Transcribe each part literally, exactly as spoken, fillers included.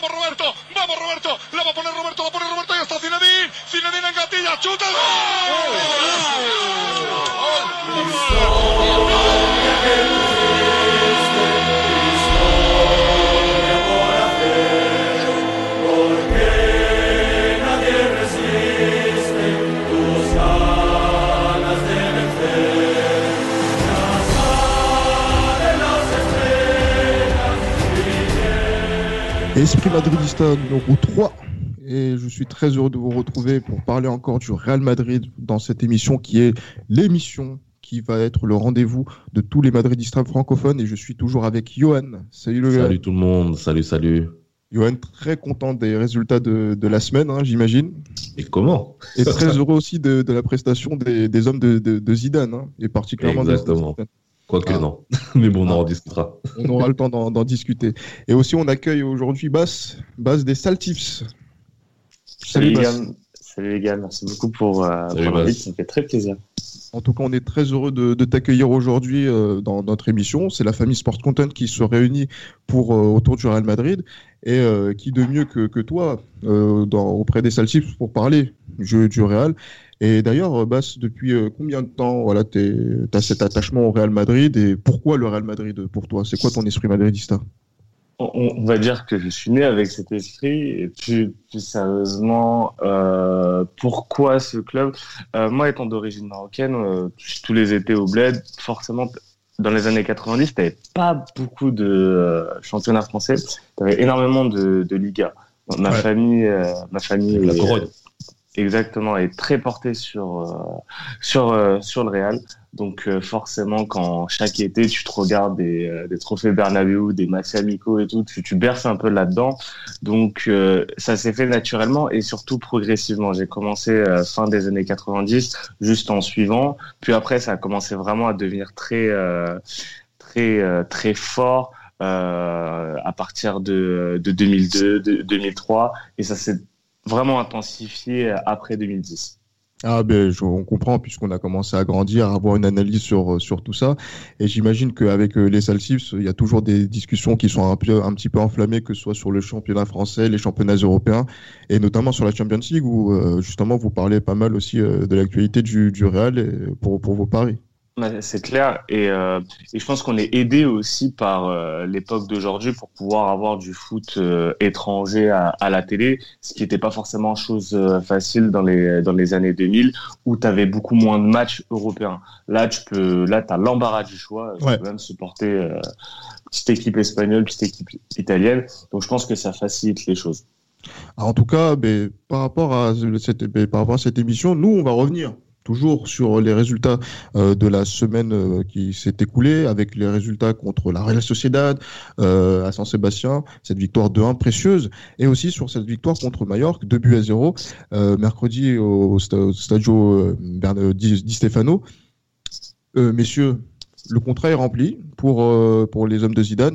vamos Roberto, vamos Roberto, la va a poner Roberto, la pone Roberto, y está Zinedine, Zinedine en gatilla, chuta, Esprit Madridista numéro trois, et je suis très heureux de vous retrouver pour parler encore du Real Madrid dans cette émission qui est l'émission qui va être le rendez-vous de tous les Madridistas francophones, et je suis toujours avec Johan. Salut le Salut tout le monde, salut, salut. Johan, très content des résultats de, de la semaine, hein, j'imagine. Et comment? Et très heureux aussi de, de la prestation des, des hommes de, de, de Zidane, hein, et particulièrement Exactement. de Zidane. Quoique Ah. non, mais bon, on Ah. en discutera. On aura le temps d'en, d'en discuter. Et aussi, on accueille aujourd'hui Bas, Bas des Saltifs. Salut, les Bas. gars. Salut les gars, merci beaucoup pour, euh, Salut, pour l'invite, Bas. ça me fait très plaisir. En tout cas, on est très heureux de, de t'accueillir aujourd'hui euh, dans notre émission. C'est la famille Sport Content qui se réunit pour, euh, autour du Real Madrid. Et euh, qui de mieux que, que toi euh, dans, auprès des Saltifs pour parler du jeu du Real. Et d'ailleurs, Bas, depuis euh, combien de temps voilà, tu as cet attachement au Real Madrid, et pourquoi le Real Madrid pour toi? C'est quoi ton esprit madridista? On, on va dire que je suis né avec cet esprit, et plus, plus sérieusement, euh, pourquoi ce club? euh, Moi, étant d'origine marocaine, euh, tous les étés au Bled, forcément, dans les années quatre-vingt-dix, tu n'avais pas beaucoup de euh, championnats français, tu avais énormément de, de Liga. Ma Ouais. famille, euh, ma famille La est- Corogne. Exactement, est très porté sur euh, sur euh, sur le Real. Donc euh, forcément, quand chaque été tu te regardes des euh, des trophées Bernabéu, des matchs amicaux et tout, tu tu berces un peu là-dedans. Donc euh, ça s'est fait naturellement et surtout progressivement. J'ai commencé euh, fin des années quatre-vingt-dix, juste en suivant. Puis après, ça a commencé vraiment à devenir très euh, très euh, très fort euh, à partir de de deux mille deux, de deux mille trois, et ça s'est vraiment intensifié après deux mille dix. Ah ben, je- on comprend, puisqu'on a commencé à grandir, à avoir une analyse sur, sur tout ça. Et j'imagine qu'avec euh, les Saltifs, il y a toujours des discussions qui sont un, peu, un petit peu enflammées, que ce soit sur le championnat français, les championnats européens, et notamment sur la Champions League, où euh, justement vous parlez pas mal aussi euh, de l'actualité du, du Real et pour, pour vos paris. Ouais, c'est clair, et, euh, et je pense qu'on est aidé aussi par euh, l'époque d'aujourd'hui pour pouvoir avoir du foot euh, étranger à, à la télé, ce qui n'était pas forcément chose euh, facile dans les dans les années deux mille, où tu avais beaucoup moins de matchs européens. Là, tu peux, là, t'as l'embarras du choix. Tu Ouais. peux même supporter euh, petite équipe espagnole, petite équipe italienne. Donc, je pense que ça facilite les choses. Alors, en tout cas, ben, par, rapport à cette, ben, par rapport à cette émission, nous, on va revenir toujours sur les résultats euh, de la semaine euh, qui s'est écoulée, avec les résultats contre la Real Sociedad euh, à San Sébastien, cette victoire deux un précieuse, et aussi sur cette victoire contre Majorque, deux buts à zéro, euh, mercredi au, sta- au Stadio euh, Bern- Di, Di Stefano. Euh, messieurs, le contrat est rempli pour, euh, pour les hommes de Zidane.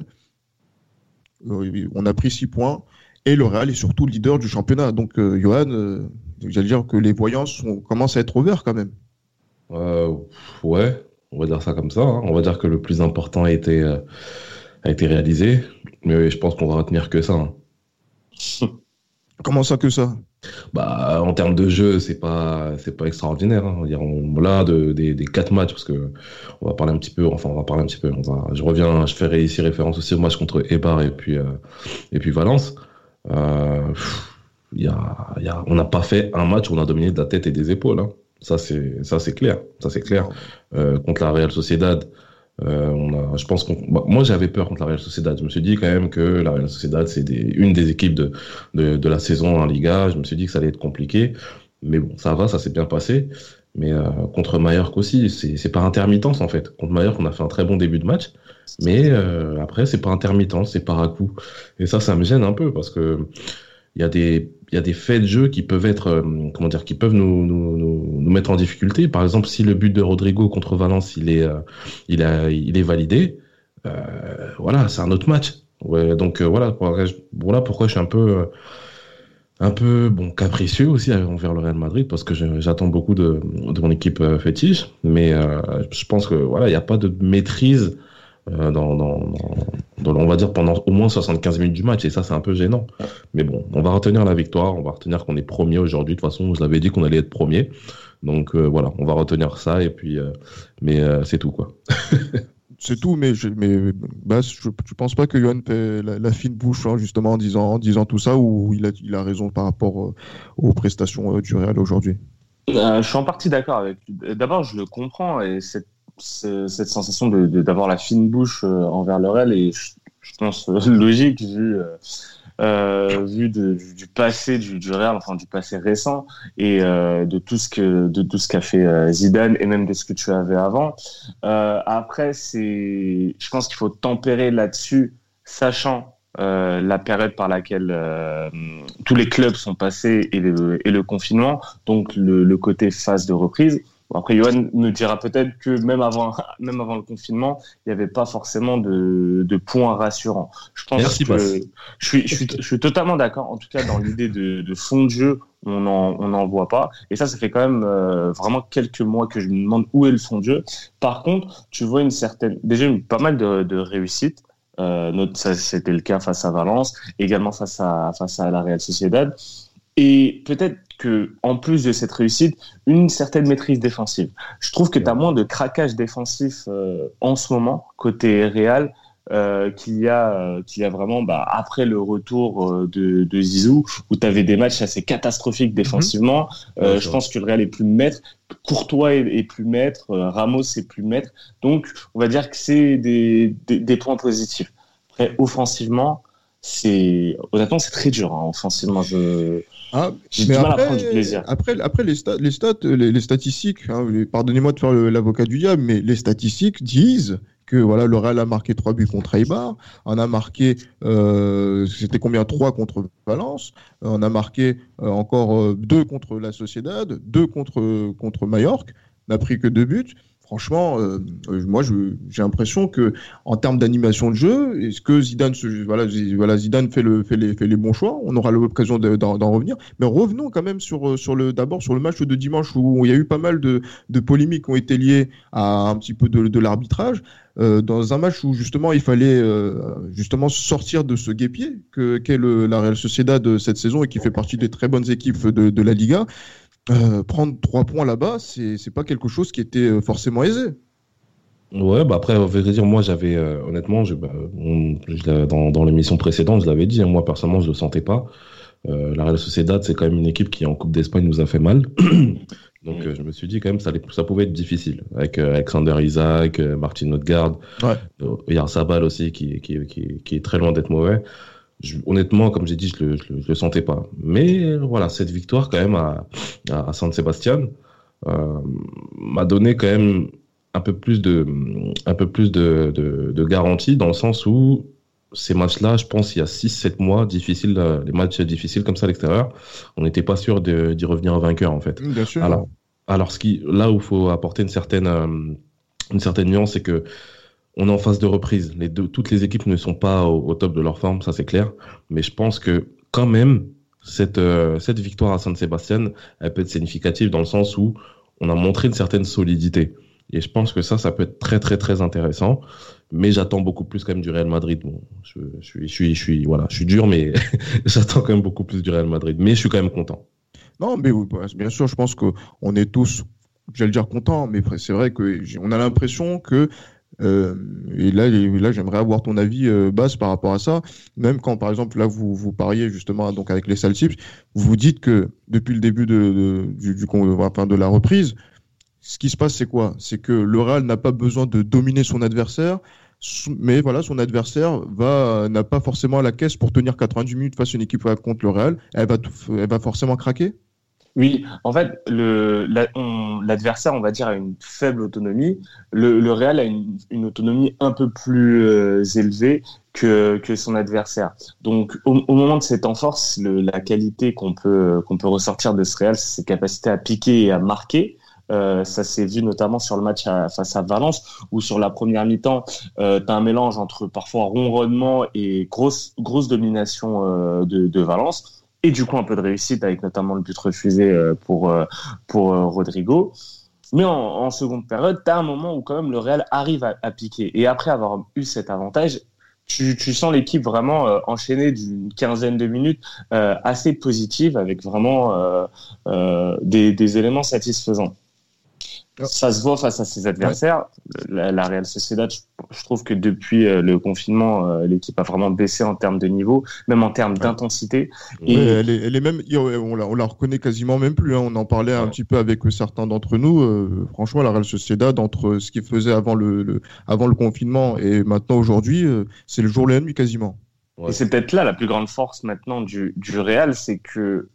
Euh, on a pris six points. Et le Real est surtout leader du championnat. Donc, euh, Johan, euh, j'allais dire que les voyants sont, commencent à être ouverts quand même. Euh, ouais, on va dire ça comme ça. Hein. On va dire que le plus important a été, euh, a été réalisé. Mais je pense qu'on va retenir que ça. Hein. Comment ça que ça? Bah, en termes de jeu, c'est pas, c'est pas extraordinaire. Hein. On va dire, on, là, de, des, des quatre matchs, parce que on va parler un petit peu, enfin, on va parler un petit peu. On va, je reviens, je ferai ici référence aussi au match contre Eibar et puis, euh, et puis Valence. Euh, pff, y a, y a, on n'a pas fait un match où on a dominé de la tête et des épaules. Hein. Ça, c'est, ça, c'est clair. Ça, c'est clair. Euh, contre la Real Sociedad, euh, on a, je pense qu'on, bah, moi, j'avais peur contre la Real Sociedad. Je me suis dit quand même que la Real Sociedad, c'est des, une des équipes de, de, de la saison en Liga. Je me suis dit que ça allait être compliqué. Mais bon, ça va, ça s'est bien passé. Mais euh, contre Majorque aussi, c'est, c'est par intermittence en fait. Contre Majorque, on a fait un très bon début de match. Mais euh, après, c'est pas intermittent, c'est par à coup. Et ça, ça me gêne un peu parce que il y a des, il y a des faits de jeu qui peuvent être, euh, comment dire, qui peuvent nous, nous, nous, nous mettre en difficulté. Par exemple, si le but de Rodrigo contre Valence, il est, euh, il a, il est validé, euh, voilà, c'est un autre match. Ouais, donc euh, voilà, voilà pourquoi je suis un peu, euh, un peu bon capricieux aussi envers le Real Madrid parce que je, j'attends beaucoup de, de mon équipe euh, fétiche. Mais euh, je pense que voilà, il n'y a pas de maîtrise euh, dans, dans, dans, dans, on va dire pendant au moins soixante-quinze minutes du match, et ça c'est un peu gênant. Mais bon, on va retenir la victoire, on va retenir qu'on est premier aujourd'hui. De toute façon, je l'avais dit qu'on allait être premier, donc euh, voilà, on va retenir ça, et puis euh, mais euh, c'est tout quoi. C'est tout, mais je, mais bah, je, je pense pas que Yohan fait la, la fine bouche hein, justement en disant, en disant tout ça, ou il a, il a raison par rapport euh, aux prestations euh, du Real aujourd'hui. Euh, je suis en partie d'accord avec lui. D'abord, je le comprends, et cette, cette sensation de, de, d'avoir la fine bouche euh, envers le Real est, je, je pense, euh, logique vu, euh, euh, vu de, du passé du, du Real, enfin du passé récent, et euh, de tout ce que de tout ce qu'a fait euh, Zidane, et même de ce que tu avais avant. Euh, après, c'est, je pense qu'il faut tempérer là-dessus, sachant Euh, la période par laquelle euh, tous les clubs sont passés et le, et le confinement, donc le, le côté phase de reprise. Bon, après, Yohan me dira peut-être que même avant, même avant le confinement, il n'y avait pas forcément de, de points rassurants. Je pense Merci, que je suis, je, suis, je suis totalement d'accord. En tout cas, dans l'idée de, de fond de jeu, on n'en on en voit pas. Et ça, ça fait quand même euh, vraiment quelques mois que je me demande où est le fond de jeu. Par contre, tu vois une certaine, déjà une, pas mal de, de réussites. Euh, notre, ça, c'était le cas face à Valence, également face à, face à la Real Sociedad. Et peut-être que, en plus de cette réussite, une certaine maîtrise défensive. Je trouve que tu as moins de craquage défensif euh, en ce moment, côté Real, euh, qu'il y a, euh, qu'il y a vraiment bah, après le retour euh, de, de Zizou, où tu avais des matchs assez catastrophiques défensivement. Mmh. Euh, ouais, je pense que le Real est plus maître. Courtois est, est plus maître, euh, Ramos est plus maître. Donc, on va dire que c'est des, des, des points positifs. Après, offensivement, c'est honnêtement c'est très dur. Hein, offensivement, je ah, j'ai du après, mal à prendre du plaisir. Après, après les, stats, les stats, les, les statistiques. Hein, pardonnez-moi de faire le, l'avocat du diable, mais les statistiques disent que voilà, le Real a marqué trois buts contre Eibar, on a marqué, euh, c'était combien, trois contre Valence, on a marqué euh, encore deux contre la Sociedad, deux contre contre Majorque, on n'a pris que deux buts. Franchement, euh, moi, je, j'ai l'impression que, en termes d'animation de jeu, est-ce que Zidane, se, voilà, voilà, Zidane fait le, fait les, fait les bons choix. On aura l'occasion de, d'en, d'en revenir. Mais revenons quand même sur, sur le, d'abord sur le match de dimanche où il y a eu pas mal de, de polémiques qui ont été liées à un petit peu de, de l'arbitrage. Euh, dans un match où justement il fallait euh, justement sortir de ce guêpier que, qu'est le, la Real Sociedad de cette saison et qui fait partie des très bonnes équipes de, de la Liga. Euh, prendre trois points là-bas, c'est, c'est pas quelque chose qui était forcément aisé. Ouais, bah après, on va dire, moi, j'avais, euh, honnêtement, je, bah, on, je, dans, dans l'émission précédente, je l'avais dit, hein, moi, personnellement, je le sentais pas. Euh, la Real Sociedad, c'est quand même une équipe qui, en Coupe d'Espagne, nous a fait mal. Donc, euh, je me suis dit, quand même, ça, ça pouvait être difficile. Avec euh, Alexander Isaac, euh, Martin Odegaard, ouais. euh, Oyarzabal aussi, qui, qui, qui, qui est très loin d'être mauvais. Je, honnêtement, comme j'ai dit, je le, je, le, je le sentais pas. Mais voilà, cette victoire quand même à, à, à San Sebastián euh, m'a donné quand même un peu plus de, un peu plus de, de, de garantie dans le sens où ces matchs-là, je pense, il y a six sept mois, difficiles, les matchs difficiles comme ça à l'extérieur, on n'était pas sûr de, d'y revenir en vainqueur en fait. Bien sûr. Alors, alors ce qui, là où il faut apporter une certaine, une certaine nuance, c'est que on est en phase de reprise. Les deux, toutes les équipes ne sont pas au, au top de leur forme, ça c'est clair. Mais je pense que quand même, cette, euh, cette victoire à San Sebastián, elle peut être significative dans le sens où on a montré une certaine solidité. Et je pense que ça, ça peut être très très très intéressant. Mais j'attends beaucoup plus quand même du Real Madrid. Bon, je, je suis, je suis, je suis, voilà, je suis dur, mais j'attends quand même beaucoup plus du Real Madrid. Mais je suis quand même content. Non, mais bien sûr, je pense qu'on est tous, j'allais dire contents, mais c'est vrai qu'on a l'impression que Euh, et là, et là, j'aimerais avoir ton avis, euh, Basse, par rapport à ça. Même quand, par exemple, là, vous vous pariez justement donc avec les Celtics, vous vous dites que depuis le début de, de, du, du, enfin, de la reprise, ce qui se passe, c'est quoi ? C'est que le Real n'a pas besoin de dominer son adversaire, mais voilà, son adversaire va n'a pas forcément la caisse pour tenir quatre-vingt-dix minutes face à une équipe contre le Real. Elle va, elle va forcément craquer. Oui, en fait, le, la, on, l'adversaire, on va dire, a une faible autonomie. Le, le Real a une, une autonomie un peu plus euh, élevée que, que son adversaire. Donc, au, au moment de ses temps forts, le, la qualité qu'on peut, qu'on peut ressortir de ce Real, c'est ses capacités à piquer et à marquer. Euh, ça s'est vu notamment sur le match à, face à Valence, où sur la première mi-temps, euh, tu as un mélange entre parfois ronronnement et grosse, grosse domination euh, de, de Valence. Et du coup, un peu de réussite avec notamment le but refusé pour, pour Rodrigo. Mais en, en seconde période, tu as un moment où quand même le Real arrive à, à piquer. Et après avoir eu cet avantage, tu, tu sens l'équipe vraiment euh, enchaîner d'une quinzaine de minutes euh, assez positive avec vraiment euh, euh, des, des éléments satisfaisants. Ça se voit face à ses adversaires. La, la Real Sociedad, je, je trouve que depuis euh, le confinement, euh, l'équipe a vraiment baissé en termes de niveau, même en termes ouais. d'intensité. Et ouais, elle, est, elle est même, on la, on la reconnaît quasiment même plus. Hein. On en parlait ouais. un petit peu avec certains d'entre nous. Euh, franchement, la Real Sociedad, entre ce qu'il faisait avant le, le, avant le confinement et maintenant aujourd'hui, euh, c'est le jour et la nuit quasiment. Ouais. Et c'est peut-être là la plus grande force maintenant du, du Real, c'est que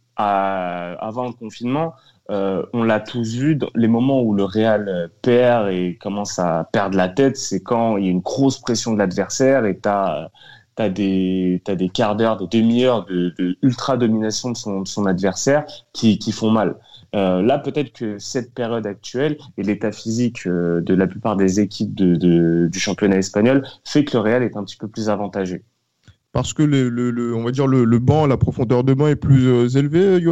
à, avant le confinement, Euh, on l'a tous vu, dans les moments où le Real perd et commence à perdre la tête, c'est quand il y a une grosse pression de l'adversaire et t'as, t'as des, t'as des quarts d'heure, des demi-heures de, de ultra domination de son, de son adversaire qui, qui font mal. Euh, là, peut-être que cette période actuelle et l'état physique euh, de la plupart des équipes de, de, du championnat espagnol fait que le Real est un petit peu plus avantagé. Parce que le, le, le, on va dire le, le banc, la profondeur de banc est plus euh, élevée, Johan ?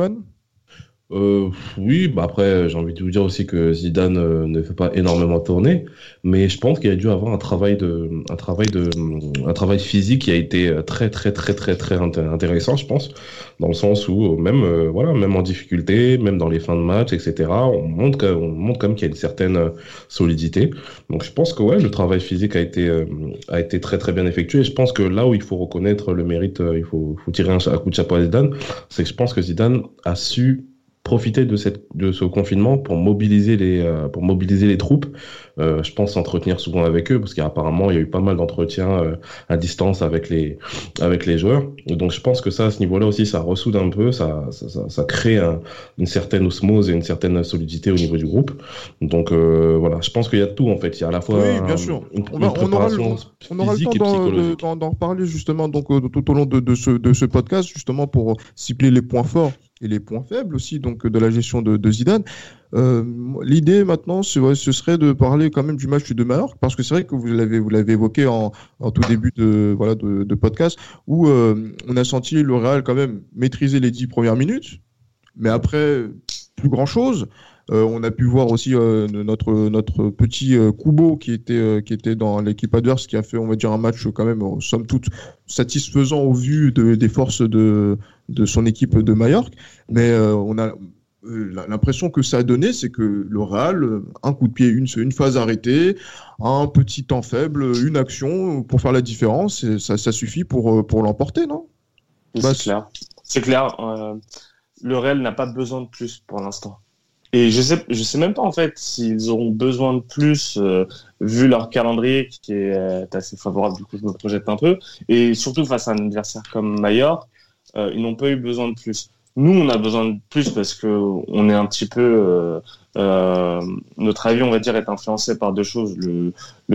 Euh, oui, bah après, j'ai envie de vous dire aussi que Zidane euh, ne fait pas énormément tourner, mais je pense qu'il a dû avoir un travail de, un travail de, un travail physique qui a été très, très, très, très, très intéressant, je pense, dans le sens où même, euh, voilà, même en difficulté, même dans les fins de match, et cetera, on montre, on montre quand même qu'il y a une certaine solidité. Donc, je pense que ouais, le travail physique a été, euh, a été très, très bien effectué. Et je pense que là où il faut reconnaître le mérite, euh, il faut, faut tirer un, un coup de chapeau à Zidane, c'est que je pense que Zidane a su profiter de cette de ce confinement pour mobiliser les euh, pour mobiliser les troupes. Euh, je pense s'entretenir souvent avec eux parce qu'apparemment il y a eu pas mal d'entretiens euh, à distance avec les avec les joueurs. Donc je pense que ça à ce niveau-là aussi ça ressoude un peu, ça ça ça, ça crée un, une certaine osmose et une certaine solidité au niveau du groupe. Donc euh, voilà, je pense qu'il y a tout en fait. Il y a à la fois oui, bien un, sûr. Une, on, va, une on aura le, on aura le temps d'en, d'en, d'en reparler justement donc euh, tout au long de, de ce de ce podcast justement pour cibler les points forts et les points faibles aussi donc de la gestion de, de Zidane. Euh, l'idée maintenant, c'est, ouais, ce serait de parler quand même du match de Majorque parce que c'est vrai que vous l'avez vous l'avez évoqué en, en tout début de voilà de, de podcast où euh, on a senti le Real quand même maîtriser les dix premières minutes, mais après plus grand chose. Euh, on a pu voir aussi euh, notre notre petit euh, Kubo qui était euh, qui était dans l'équipe adverse qui a fait on va dire un match quand même euh, somme toute satisfaisant au vu de, des forces de de son équipe de Majorque, mais euh, on a euh, l'impression que ça a donné, c'est que le Real, un coup de pied, une une phase arrêtée, un petit temps faible, une action pour faire la différence, et ça ça suffit pour pour l'emporter, non ? C'est bah, clair, c'est clair. Euh, le Real n'a pas besoin de plus pour l'instant. Et je sais, je sais même pas en fait s'ils auront besoin de plus euh, vu leur calendrier qui est euh, assez favorable. Du coup, je me projette un peu. Et surtout face à un adversaire comme Majorque, euh, ils n'ont pas eu besoin de plus. Nous, on a besoin de plus parce que on est un petit peu euh, euh, notre avis, on va dire, est influencé par deux choses le,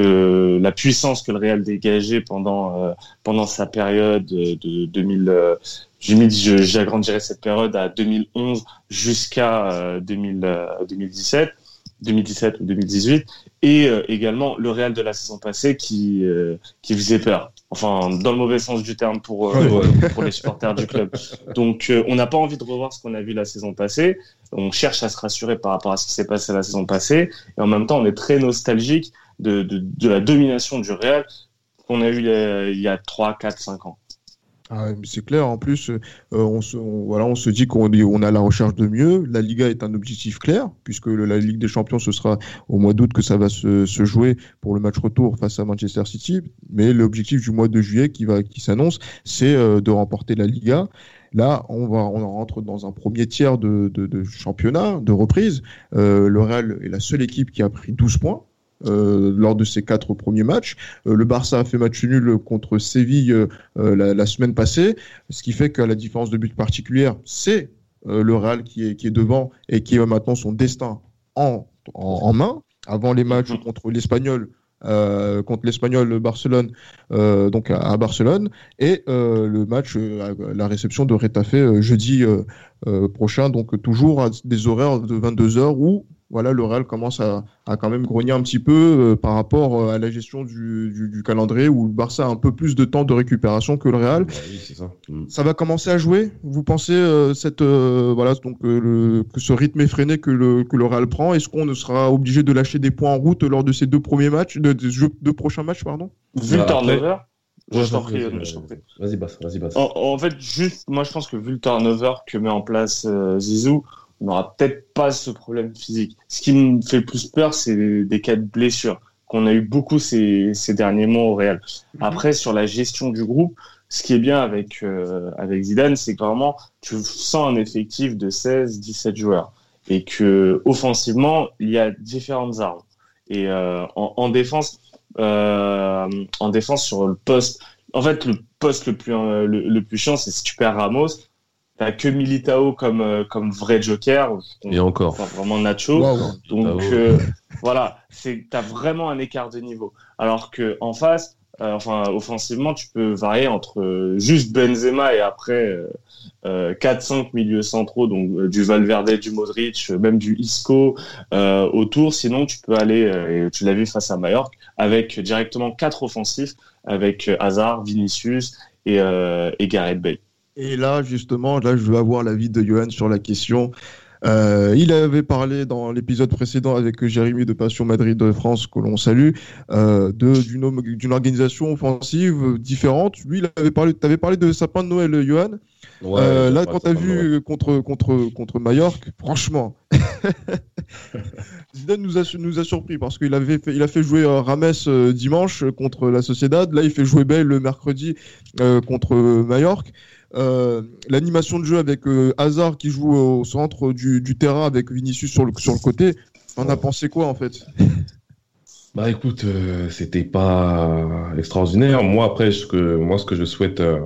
le la puissance que le Real dégageait pendant euh, pendant sa période de deux mille. Euh, je, j'agrandirais cette période à deux mille onze jusqu'à euh, deux mille, euh, deux mille dix-sept, deux mille dix-sept ou deux mille dix-huit, et euh, également le Real de la saison passée qui euh, qui faisait peur. Enfin, dans le mauvais sens du terme pour euh, pour, pour les supporters du club. Donc, euh, on n'a pas envie de revoir ce qu'on a vu la saison passée. On cherche à se rassurer par rapport à ce qui s'est passé la saison passée, et en même temps, on est très nostalgique de de, de la domination du Real qu'on a eu il y a trois, quatre, cinq ans. Ah, mais c'est clair. En plus, euh, on, se, on, voilà, on se dit qu'on est, on a la recherche de mieux. La Liga est un objectif clair, puisque le, la Ligue des Champions, ce sera au mois d'août que ça va se, se jouer pour le match retour face à Manchester City. Mais l'objectif du mois de juillet qui, va, qui s'annonce, c'est euh, de remporter la Liga. Là, on, va, on rentre dans un premier tiers de, de, de championnat, de reprise. Euh, le Real est la seule équipe qui a pris douze points. Euh, lors de ses quatre premiers matchs. Euh, le Barça a fait match nul contre Séville euh, la, la semaine passée, ce qui fait qu'à la différence de but particulière, c'est euh, le Real qui est, qui est devant et qui a maintenant son destin en, en, en main. Avant les matchs contre l'Espagnol, euh, contre l'Espagnol Barcelone, euh, donc à, à Barcelone, et euh, le match, euh, la réception de Retafe euh, jeudi euh, euh, prochain, donc toujours à des horaires de vingt-deux heures où voilà, le Real commence à, à quand même grogner un petit peu euh, par rapport euh, à la gestion du, du, du calendrier où le Barça a un peu plus de temps de récupération que le Real. Bah oui, c'est ça. Mm. Ça va commencer à jouer. Vous pensez euh, cette euh, voilà donc euh, le, que ce rythme effréné que le que le Real prend, est-ce qu'on ne sera obligé de lâcher des points en route lors de ces deux premiers matchs, de, de, de deux prochains matchs, pardon? Vu le Bah, après- turnover, Ouais, je t'en vas-y, prie, vas-y, je t'en prie. Vas-y, Bass, vas-y, Bass. En, en fait, juste, moi, je pense que vu le turnover que met en place euh, Zizou, on n'aura peut-être pas ce problème physique. Ce qui me fait le plus peur, c'est des, des cas de blessures qu'on a eu beaucoup ces, ces derniers mois au Real. Après, sur la gestion du groupe, ce qui est bien avec, euh, avec Zidane, c'est que vraiment, tu sens un effectif de seize dix-sept joueurs et que offensivement, il y a différentes armes. Et euh, en, en défense, euh, en défense sur le poste, en fait, le poste le plus euh, le, le plus chiant, c'est si tu perds Ramos, t'as que Militao comme euh, comme vrai joker, Et encore. enfin, vraiment Nacho. Wow. Donc Ah ouais. euh, voilà, c'est t'as vraiment un écart de niveau. Alors que en face, euh, enfin offensivement, tu peux varier entre euh, juste Benzema et après euh, euh, quatre cinq milieux centraux, donc euh, du Valverde, du Modric, euh, même du Isco euh, autour. Sinon, tu peux aller, euh, et tu l'as vu face à Mallorca, avec directement quatre offensifs, avec euh, Hazard, Vinicius et, euh, et Gareth Bale. Et là, justement, là, je veux avoir l'avis de Johan sur la question. Euh, il avait parlé dans l'épisode précédent avec Jérémy de Passion Madrid de France, que l'on salue, euh, de, d'une, hom- d'une organisation offensive différente. Lui, il avait parlé, t'avais parlé de sapin de Noël, Johan. Ouais, Euh, ouais, là, ouais, quand c'est t'as pas vu mal. contre, contre, contre Mallorca, franchement, Zidane nous a, nous a surpris parce qu'il avait fait, il a fait jouer euh, Rames euh, dimanche euh, contre la Sociedad. Là, il fait jouer Bale le mercredi euh, contre euh, Mallorca. Euh, l'animation de jeu avec euh, Hazard qui joue au centre du, du terrain avec Vinicius sur le, sur le côté. On a pensé quoi en fait? Bah écoute, euh, c'était pas extraordinaire. Moi après, ce que moi ce que je souhaite, euh,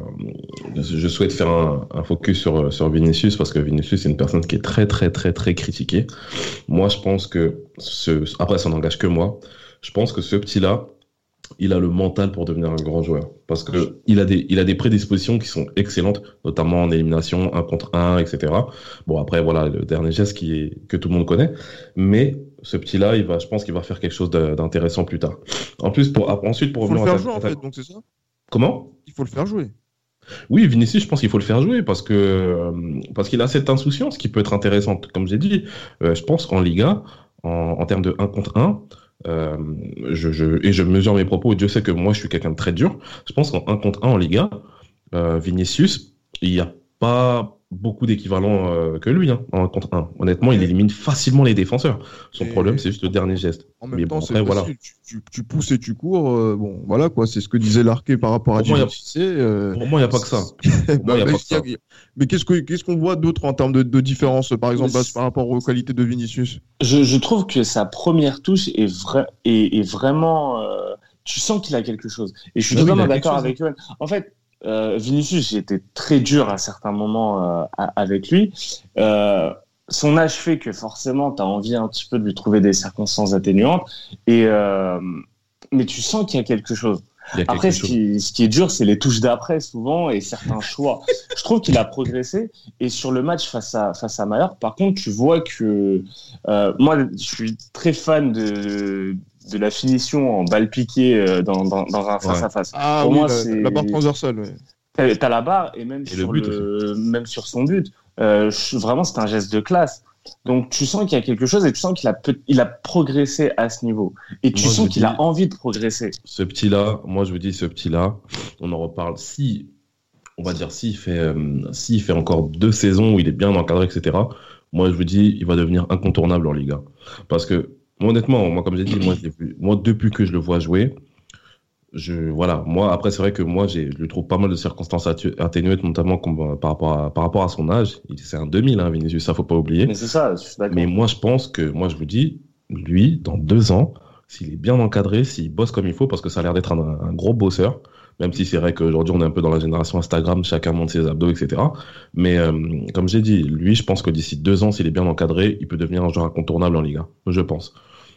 je souhaite faire un, un focus sur sur Vinicius parce que Vinicius c'est une personne qui est très très très très critiquée. Moi je pense que ce, après ça n'engage que moi. Je pense que ce petit-là, il a le mental pour devenir un grand joueur parce que il a des il a des prédispositions qui sont excellentes, notamment en élimination un contre un, et cetera. Bon après voilà le dernier geste qui est que tout le monde connaît, mais ce petit-là, il va, je pense qu'il va faire quelque chose de- d'intéressant plus tard. En plus, pour ensuite pour Il faut le revenir faire à ta- jouer en à ta- fait, donc c'est ça? Comment? Il faut le faire jouer. Oui, Vinicius, je pense qu'il faut le faire jouer parce que euh, parce qu'il a cette insouciance qui peut être intéressante. Comme j'ai dit, euh, je pense qu'en Liga, en, en termes de un contre un, euh, je, je, et je mesure mes propos, et Dieu sait que moi je suis quelqu'un de très dur, je pense qu'en un contre un en Liga, euh, Vinicius, il n'y a pas beaucoup d'équivalents euh, que lui, hein, en un contre un. Honnêtement, il élimine facilement les défenseurs. Son Et- problème, c'est juste le dernier geste. En même Mais temps, bon, c'est après, voilà. facile. Tu, tu- tu pousses et tu cours. euh, bon, voilà quoi. C'est ce que disait Larquet par rapport à Pour moi, y a- Dijon Cissé. euh, Pour moi, il n'y a pas que ça. bah, Pour moi, il y a mais pas que ça. y a- mais qu'est-ce que qu'est-ce qu'on voit d'autre en termes de, de différence, par exemple, Mais Bas, par rapport aux qualités de Vinicius? Je, je trouve que sa première touche est, vrai, est, est vraiment. Euh, tu sens qu'il a quelque chose. Et je suis Ah oui, totalement il a quelque d'accord chose, avec Yoann. En fait, euh, Vinicius, j'ai été très dur à certains moments euh, à- avec lui. Euh, son âge fait que forcément, tu as envie un petit peu de lui trouver des circonstances atténuantes. Et, euh, mais tu sens qu'il y a quelque chose. Il y a quelque Après, ce chose. qui, ce qui est dur, c'est les touches d'après, souvent, et certains choix. Je trouve qu'il a progressé. Et sur le match face à, face à Mallorca, par contre, tu vois que. Euh, moi, je suis très fan de, de la finition en balle piquée euh, dans, dans, dans un face-à-face. Ah Pour oui, moi, la, c'est- la barre transversale. Ouais. T'as, t'as la barre, et même, Et sur, le but le, même sur son but. Euh, je- vraiment, c'est un geste de classe. Donc, tu sens qu'il y a quelque chose et tu sens qu'il a, peut- il a progressé à ce niveau. Et tu Moi, sens je qu'il dis- a envie de progresser. Ce petit-là, moi je vous dis, ce petit-là, on en reparle. Si, on va dire, s'il fait, euh, s'il fait encore deux saisons où il est bien encadré, et cetera, moi je vous dis, il va devenir incontournable en Liga. Parce que, honnêtement, moi, comme j'ai dit, moi, je l'ai vu- moi, depuis que je le vois jouer, je, voilà, moi, après, c'est vrai que moi, j'ai, je lui trouve pas mal de circonstances attu- atténuantes, notamment comme, euh, par, rapport à, par rapport à son âge. Il, c'est un deux mille, hein, Vinicius, ça faut pas oublier. Mais c'est ça, je suis d'accord. Mais moi, je pense que, moi, je vous dis, lui, dans deux ans, s'il est bien encadré, s'il bosse comme il faut, parce que ça a l'air d'être un, un gros bosseur, même si c'est vrai qu'aujourd'hui, on est un peu dans la génération Instagram, chacun monte ses abdos, et cetera. Mais euh, comme j'ai dit, lui, je pense que d'ici deux ans, s'il est bien encadré, il peut devenir un joueur incontournable en Liga. Je pense.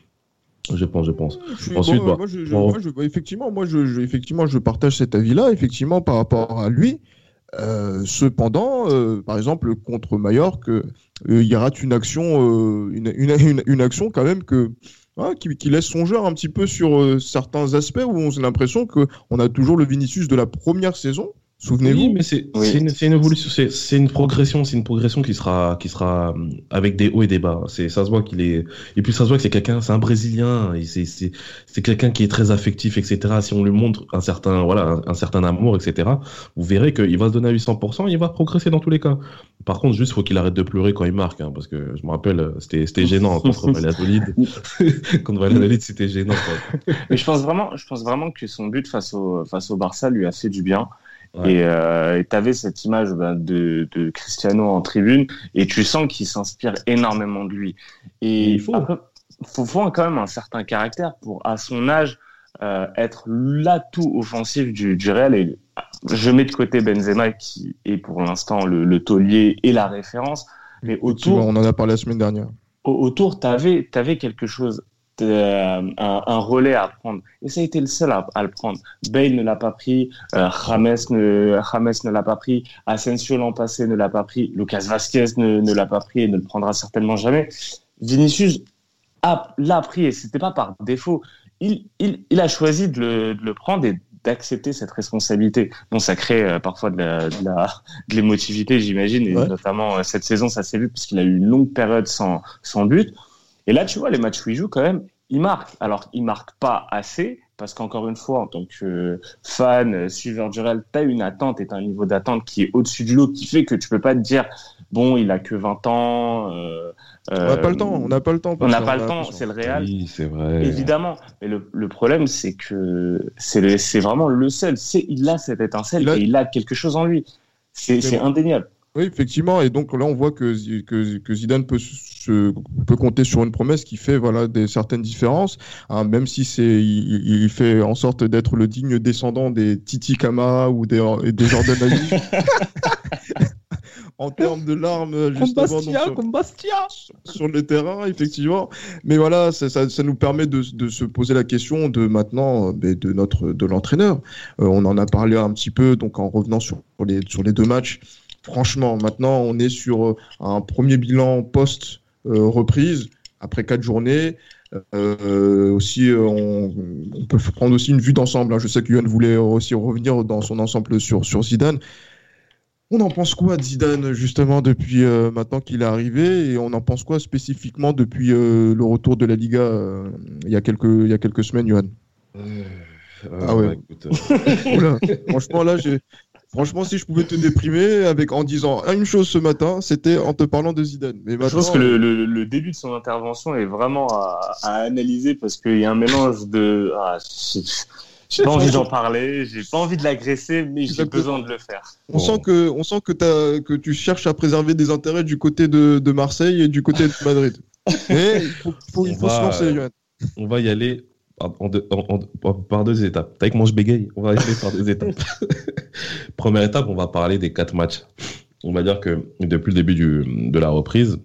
Je pense, je pense. Je suis- Ensuite, bon, bah, moi, je, je- bon. moi, je- bah, effectivement, moi, je, je- effectivement, je partage cet avis-là, effectivement, par rapport à lui. Euh, cependant, euh, par exemple, contre Majorque, euh, il y aura une action, euh, une, une, une, une action quand même que, hein, qui, qui laisse songeur un petit peu sur euh, certains aspects où on a l'impression qu'on a toujours le Vinicius de la première saison. Souvenez-vous. Oui, mais c'est Oui. c'est une, c'est une évolution, c'est c'est une progression, c'est une progression qui sera qui sera hum, avec des hauts et des bas. C'est ça se voit qu'il est et puis ça se voit que c'est quelqu'un, c'est un Brésilien, et c'est c'est c'est quelqu'un qui est très affectif, et cetera. Si on lui montre un certain voilà un, un certain amour, et cetera. Vous verrez qu'il va se donner à huit cents pour cent, il va progresser dans tous les cas. Par contre, juste faut qu'il arrête de pleurer quand il marque, hein, parce que je me rappelle, c'était c'était gênant contre Valladolid. Contre Valladolid, c'était gênant, quoi. Mais je pense vraiment, je pense vraiment que son but face au face au Barça lui a fait du bien. Ouais. Et euh, tu avais cette image ben, de, de Cristiano en tribune et tu sens qu'il s'inspire énormément de lui. Et il faut. Après, faut, faut quand même un certain caractère pour, à son âge, euh, être l'atout offensif du, du Real. Et je mets de côté Benzema qui est pour l'instant le, le taulier et la référence. Mais autour, on en a parlé la semaine dernière. Autour, tu avais, t'avais quelque chose. Euh, un, un relais à prendre et ça a été le seul à, à le prendre. Bale ne l'a pas pris, euh, James ne James ne l'a pas pris, Asensio l'an passé ne l'a pas pris, Lucas Vazquez ne, ne l'a pas pris et ne le prendra certainement jamais. Vinicius a, l'a pris et c'était pas par défaut. Il, il, il a choisi de le, de le prendre et d'accepter cette responsabilité. Bon, ça crée euh, parfois de, la, de, la, de l'émotivité, j'imagine, et ouais. notamment euh, cette saison, ça s'est vu parce qu'il a eu une longue période sans, sans but. Et là, tu vois, les matchs où il joue, quand même, il marque. Alors, il marque pas assez, parce qu'encore une fois, en tant que fan, suiveur du Real, tu as une attente et tu as un niveau d'attente qui est au-dessus du lot, qui fait que tu peux pas te dire, bon, il a que vingt ans. Euh, on n'a pas le temps, on n'a pas le temps. On n'a pas le temps, c'est le Real. Oui, c'est vrai. Évidemment. Mais le, le problème, c'est que c'est, le, c'est vraiment le seul. C'est, il a cette étincelle il a... et il a quelque chose en lui. C'est, c'est indéniable. Oui, effectivement, et donc là on voit que, que, que Zidane peut, se, peut compter sur une promesse qui fait voilà, des certaines différences, hein, même si c'est, il, il fait en sorte d'être le digne descendant des Titi Camara ou des, des Jordan Ayew. En termes de larmes, justement, Bastia, donc, comme Bastia. sur, sur le terrain, effectivement. Mais voilà, ça, ça, ça nous permet de, de se poser la question de maintenant de, notre, de l'entraîneur. Euh, on en a parlé un petit peu donc en revenant sur les, sur les deux matchs. Franchement, maintenant, on est sur un premier bilan post-reprise, après quatre journées. Euh, aussi, on, on peut prendre aussi une vue d'ensemble. Hein. Je sais que Yohan voulait aussi revenir dans son ensemble sur, sur Zidane. On en pense quoi de Zidane, justement, depuis euh, maintenant qu'il est arrivé, et on en pense quoi spécifiquement depuis euh, le retour de la Liga euh, il y a quelques, il y a quelques semaines, Yohan euh, euh, Ah ouais. bah, écoute, euh... Oula, franchement, là, j'ai... Franchement, si je pouvais te déprimer avec, en disant une chose ce matin, c'était en te parlant de Zidane. Mais maintenant, je pense que le, le, le début de son intervention est vraiment à, à analyser parce qu'il y a un mélange de... Ah, j'ai, j'ai pas envie d'en parler, j'ai pas envie de l'agresser, mais j'ai Exactement. besoin de le faire. On sent que, on sent que, t'as, que tu cherches à préserver des intérêts du côté de, de Marseille et du côté de Madrid. Mais il faut, faut, il faut va, se lancer, Yohan. On va y aller en deux, en, en, par deux étapes. T'as avec moi, je bégaye. On va y aller par deux étapes. Première étape, on va parler des quatre matchs. On va dire que depuis le début du, de la reprise,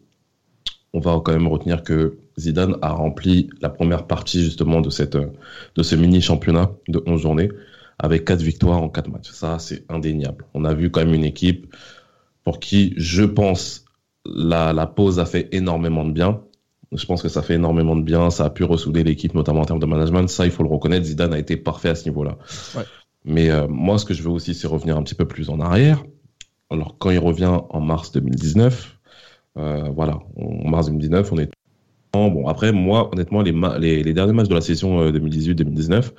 on va quand même retenir que Zidane a rempli la première partie justement de, cette, de ce mini-championnat de onze journées avec quatre victoires en quatre matchs. Ça, c'est indéniable. On a vu quand même une équipe pour qui, je pense, la, la pause a fait énormément de bien. Je pense que ça fait énormément de bien. Ça a pu ressouder l'équipe, notamment en termes de management. Ça, il faut le reconnaître. Zidane a été parfait à ce niveau-là. Ouais. Mais euh, moi, ce que je veux aussi, c'est revenir un petit peu plus en arrière. Alors, quand il revient en mars deux mille dix-neuf, euh, voilà, en mars deux mille dix-neuf, on est... Bon, après, moi, honnêtement, les, ma- les, les derniers matchs de la saison deux mille dix-huit deux mille dix-neuf,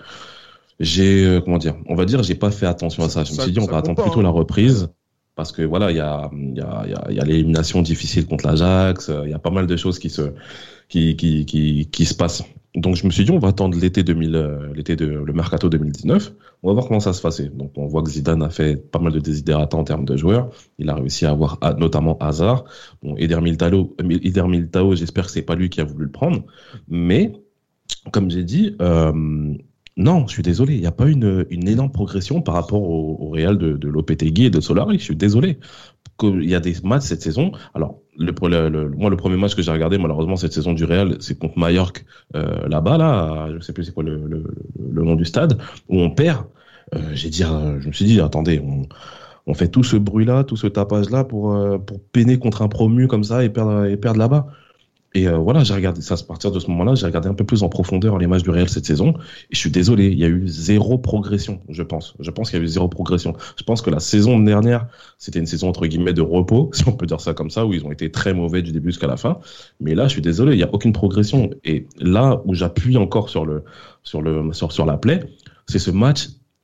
j'ai, euh, comment dire, on va dire, j'ai pas fait attention à ça. Je me suis dit, on va attendre plutôt la reprise. Parce que voilà, il y a, y, a, y, a, y a l'élimination difficile contre l'Ajax, il y a pas mal de choses qui se, qui, qui, qui, qui se passent. Donc je me suis dit, on va attendre l'été deux mille, l'été de, le mercato deux mille dix-neuf, on va voir comment ça se passait. Donc on voit que Zidane a fait pas mal de désidérata en termes de joueurs. Il a réussi à avoir notamment Hazard. Bon, Eder Militao, Eder Militao, j'espère que c'est pas lui qui a voulu le prendre. Mais, comme j'ai dit, euh, non, je suis désolé, il n'y a pas une, une énorme progression par rapport au, au Real de, de Lopetegui et de Solari, je suis désolé. Il y a des matchs cette saison, alors le, le, le, moi le premier match que j'ai regardé malheureusement cette saison du Real, c'est contre Majorque, euh, là-bas, là, je ne sais plus c'est quoi le, le, le nom du stade, où on perd, euh, j'ai dit, je me suis dit, attendez, on... on fait tout ce bruit-là, tout ce tapage-là pour, euh, pour peiner contre un promu comme ça et perdre, et perdre là-bas. Et euh, voilà, j'ai regardé ça à partir de ce moment-là, j'ai regardé un peu plus en profondeur les matchs du Real cette saison. Et je suis désolé, il y a eu zéro progression, je pense. Je pense qu'il y a eu zéro progression. Je pense que la saison dernière, c'était une saison entre guillemets de repos, si on peut dire ça comme ça, où ils ont été très mauvais du début jusqu'à la fin. Mais là, je suis désolé, il n'y a aucune progression. Et là où j'appuie encore sur le sur le sur sur la plaie, c'est ce match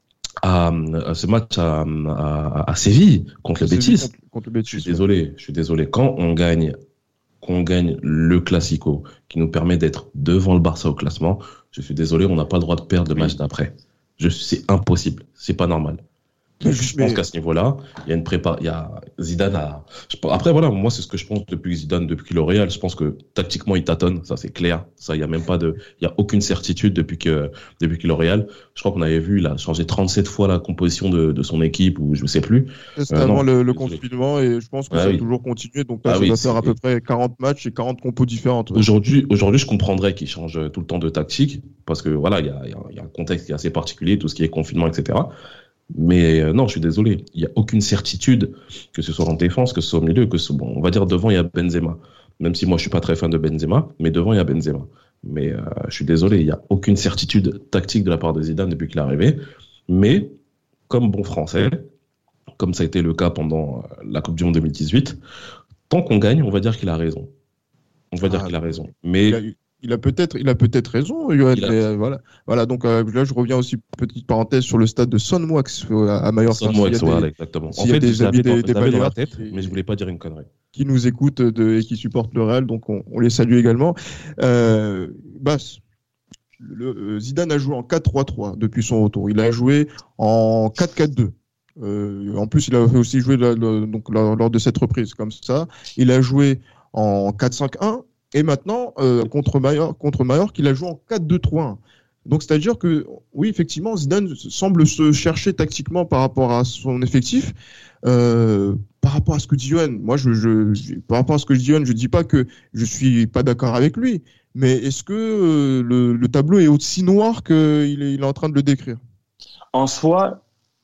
à ce match à à, à Séville contre le Betis. Contre, contre le Betis. Je suis désolé, je suis désolé. Quand on gagne qu'on gagne le Classico, qui nous permet d'être devant le Barça au classement, je suis désolé, on n'a pas le droit de perdre le match d'après. Je, c'est impossible, c'est pas normal. Donc, je pense qu'à ce niveau-là, il y a une prépa, il y a Zidane a. Après voilà, moi c'est ce que je pense depuis Zidane, depuis le Real. Je pense que tactiquement il tâtonne, ça c'est clair. Ça il y a même pas de, il y a aucune certitude depuis que depuis qu'il est au Real. Je crois qu'on avait vu, il a changé trente-sept fois la composition de, de son équipe ou je sais plus. C'était euh, avant non, le, le confinement et je pense que ah, ça oui. a toujours continué. Donc là, ah, ça oui, va faire à peu près quarante matchs et quarante compos différentes. Ouais. Aujourd'hui, aujourd'hui, je comprendrais qu'il change tout le temps de tactique parce que voilà, il y a, il y a, il y a un contexte qui est assez particulier, tout ce qui est confinement, et cetera. Mais euh, non, je suis désolé, il n'y a aucune certitude, que ce soit en défense, que ce soit au milieu, que ce soit, bon, on va dire devant, il y a Benzema. Même si moi, je suis pas très fan de Benzema, mais devant, il y a Benzema. Mais euh, je suis désolé, il n'y a aucune certitude tactique de la part de Zidane depuis qu'il est arrivé. Mais, comme bon français, comme ça a été le cas pendant la Coupe du Monde deux mille dix-huit, tant qu'on gagne, on va dire qu'il a raison. On va ah, dire qu'il a raison. Mais... Il a, il a peut-être, il a peut-être raison, Johan, a... mais euh, voilà. Voilà, donc euh, là, je reviens aussi, petite parenthèse, sur le stade de Son Moix euh, à Mallorca. Son Moix, voilà, exactement. En fait, je l'avais des, des dans la tête, mais je voulais pas dire une connerie. Qui nous écoutent de, et qui supportent le Real, donc on, on les salue également. Euh, Bass, le, euh, Zidane a joué en quatre trois trois depuis son retour. Il a joué en quatre quatre deux. Euh, en plus, il a aussi joué la, la, donc, la, lors de cette reprise comme ça. Il a joué en quatre cinq un. Et maintenant, euh, contre Mallorca, contre Mallorca, il a joué en quatre deux trois un. Donc, c'est-à-dire que, oui, effectivement, Zidane semble se chercher tactiquement par rapport à son effectif. Euh, par rapport à ce que dit Johan, moi, je, je, je, par rapport à ce que dit Johan, je ne dis pas que je ne suis pas d'accord avec lui. Mais est-ce que euh, le, le tableau est aussi noir qu'il est, il est en train de le décrire ? En soi,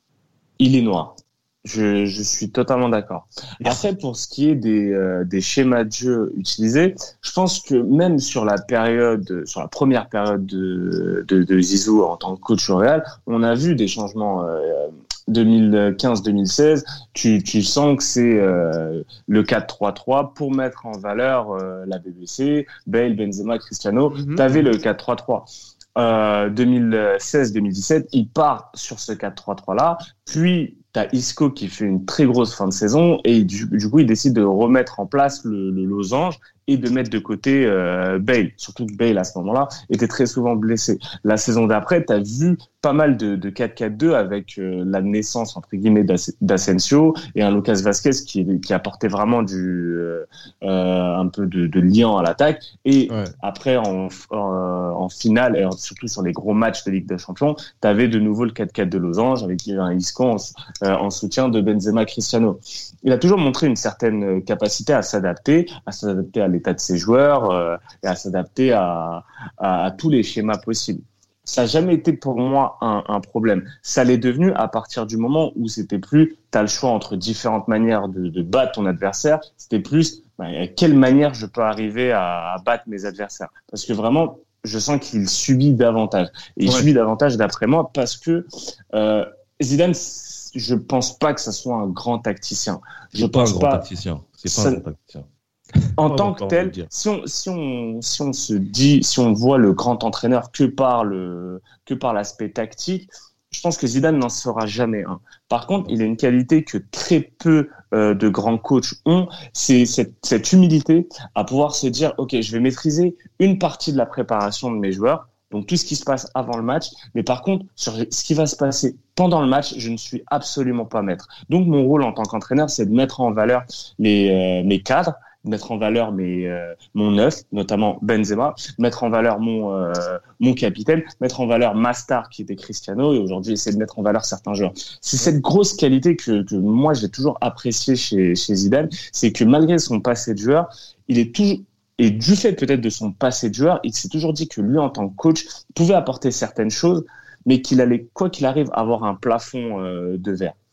il est noir. Je, je suis totalement d'accord. Après, pour ce qui est des, euh, des schémas de jeu utilisés, je pense que même sur la période, sur la première période de, de, de Zizou en tant que coach au Real, on a vu des changements. Euh, deux mille quinze deux mille seize, tu, tu sens que c'est euh, le quatre trois trois pour mettre en valeur euh, la B B C, Bale, Benzema, Cristiano. Mm-hmm. Tu avais le quatre trois trois. Euh, deux mille seize deux mille dix-sept, il part sur ce quatre trois trois là, puis t'as Isco qui fait une très grosse fin de saison et du, du coup il décide de remettre en place le, le losange et de mettre de côté euh, Bale. Surtout que Bale à ce moment-là était très souvent blessé. La saison d'après, t'as vu pas mal de, de quatre quatre deux avec euh, la naissance entre guillemets d'As- d'Asensio et un Lucas Vazquez qui, qui apportait vraiment du euh, euh, un peu de, de lien à l'attaque. Et ouais. après en, en, en finale et surtout sur les gros matchs de Ligue des Champions, t'avais de nouveau le quatre quatre deux losange avec un Isco en, euh, en soutien de Benzema Cristiano. Il a toujours montré une certaine capacité à s'adapter, à s'adapter à l'état de ses joueurs euh, et à s'adapter à, à, à tous les schémas possibles. Ça n'a jamais été pour moi un, un problème. Ça l'est devenu à partir du moment où c'était plus, tu as le choix entre différentes manières de, de battre ton adversaire, c'était plus, bah, quelle manière je peux arriver à, à battre mes adversaires. Parce que vraiment, je sens qu'il subit davantage. Et il ouais. subit davantage d'après moi parce que euh, Zidane, je pense pas que ça soit un grand tacticien. Je c'est pense pas un grand pas, tacticien. C'est pas ça, un grand tacticien. En oh, tant que tel, si on, si on, si on se dit, si on voit le grand entraîneur que par le, que par l'aspect tactique, je pense que Zidane n'en sera jamais un. Par contre, il a une qualité que très peu euh, de grands coachs ont, c'est cette, cette humilité à pouvoir se dire, ok, je vais maîtriser une partie de la préparation de mes joueurs, donc tout ce qui se passe avant le match, mais par contre, sur ce qui va se passer pendant le match, je ne suis absolument pas maître. Donc mon rôle en tant qu'entraîneur, c'est de mettre en valeur les, euh, mes cadres, mettre en valeur mes, euh, mon neuf, notamment Benzema, mettre en valeur mon, euh, mon capitaine, mettre en valeur ma star qui était Cristiano et aujourd'hui essayer de mettre en valeur certains joueurs. C'est cette grosse qualité que, que moi j'ai toujours appréciée chez, chez Zidane, c'est que malgré son passé de joueur, il est toujours, et du fait peut-être de son passé de joueur, il s'est toujours dit que lui en tant que coach pouvait apporter certaines choses, mais qu'il allait, quoi qu'il arrive, avoir un plafond euh, de verre.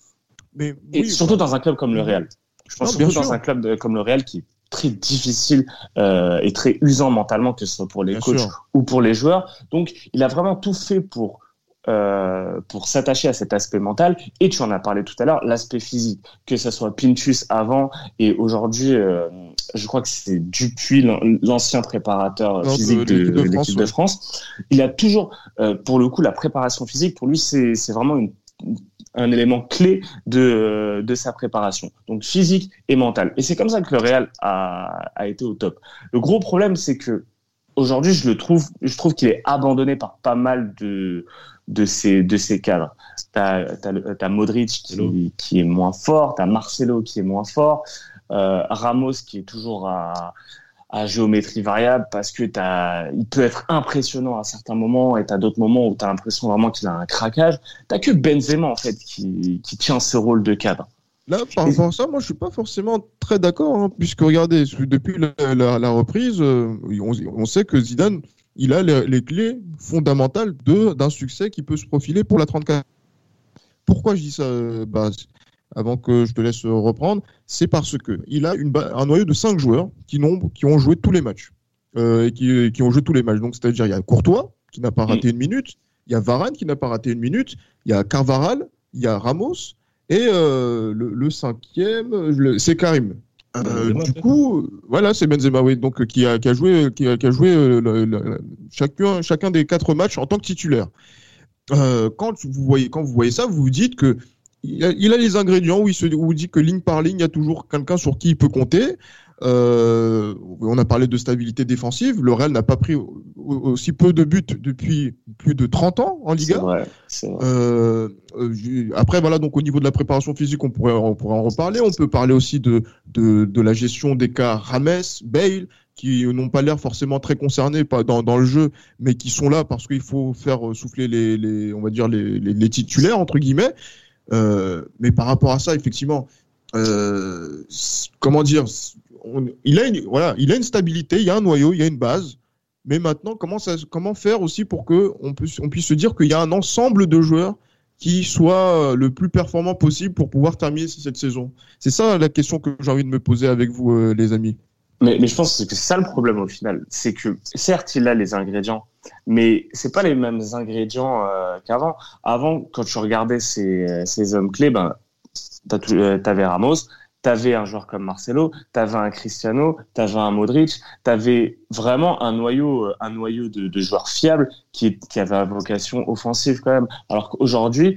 Mais, Et oui, surtout bah, dans un club comme le Real. Je pense non, bien surtout dans sûr. un club de, comme le Real qui est très difficile euh, et très usant mentalement, que ce soit pour les Bien coachs sûr. ou pour les joueurs. Donc, il a vraiment tout fait pour euh, pour s'attacher à cet aspect mental. Et tu en as parlé tout à l'heure, l'aspect physique, que ce soit Pintus avant et aujourd'hui, euh, je crois que c'est Dupuis, l'an- l'ancien préparateur Non, de physique de, l'équipe de de France, l'équipe ouais. de France. Il a toujours, euh, pour le coup, la préparation physique, pour lui, c'est c'est vraiment une un élément clé de, de sa préparation, donc physique et mentale. Et c'est comme ça que le Real a, a été au top. Le gros problème, c'est que aujourd'hui, je le trouve, je trouve qu'il est abandonné par pas mal de de ses de ses cadres. T'as t'as, le- t'as Modric qui qui est moins fort, t'as Marcelo qui est moins fort, euh, Ramos qui est toujours à à géométrie variable parce que t'as, il peut être impressionnant à certains moments et t'as d'autres moments où t'as l'impression vraiment qu'il a un craquage. T'as que Benzema, en fait, qui, qui tient ce rôle de cadre. Là, par rapport à ça, moi, je suis pas forcément très d'accord, hein, puisque regardez, depuis la, la- la reprise, euh, on, on sait que Zidane, il a les, les clés fondamentales de, d'un succès qui peut se profiler pour la trente-quatre. Pourquoi je dis ça, euh, bah, avant que je te laisse reprendre, c'est parce que il a une, ba- un noyau de cinq joueurs qui, n'ont, qui ont joué tous les matchs. Euh, et qui, qui ont joué tous les matchs. Donc, c'est-à-dire, il y a Courtois, qui n'a pas raté une minute, il y a Varane, qui n'a pas raté une minute, il y a Carvaral, il y a Ramos, et euh, le, le cinquième, le- c'est Karim. Euh, Benzema, du peut-être. coup, voilà, c'est Benzema, oui, donc qui a, qui a joué, qui a, qui a joué euh, le- le- chacun, chacun des quatre matchs en tant que titulaire. Euh, quand vous voyez, quand vous voyez ça, vous vous dites que il a, il a les ingrédients où il se où il dit que ligne par ligne, il y a toujours quelqu'un sur qui il peut compter. Euh, on a parlé de stabilité défensive. Le Real n'a pas pris au- aussi peu de buts depuis plus de trente ans en C'est Liga. vrai, c'est vrai. Euh, euh, j'ai- après, voilà, donc au niveau de la préparation physique, on pourrait, on pourrait en reparler. On peut parler aussi de, de, de la gestion des cas Rames, Bale, qui n'ont pas l'air forcément très concernés pas dans, dans le jeu, mais qui sont là parce qu'il faut faire souffler les, les, on va dire les, les, les titulaires entre guillemets. Euh, mais par rapport à ça, effectivement, euh, c- comment dire, on- il a une, voilà, il a une stabilité, il y a un noyau, il y a une base. Mais maintenant, comment, ça, comment faire aussi pour que on puisse, on puisse se dire qu'il y a un ensemble de joueurs qui soit le plus performant possible pour pouvoir terminer cette saison. C'est ça la question que j'ai envie de me poser avec vous, euh, les amis. Mais, mais je pense que c'est ça le problème au final. C'est que, certes, il a les ingrédients, mais c'est pas les mêmes ingrédients euh, qu'avant. Avant, quand tu regardais ces, ces hommes clés, ben, t'as tout- euh, t'avais Ramos, t'avais un joueur comme Marcelo, t'avais un Cristiano, t'avais un Modric, t'avais vraiment un noyau, euh, un noyau de, de joueurs fiables qui, qui avait une vocation offensive quand même. Alors qu'aujourd'hui,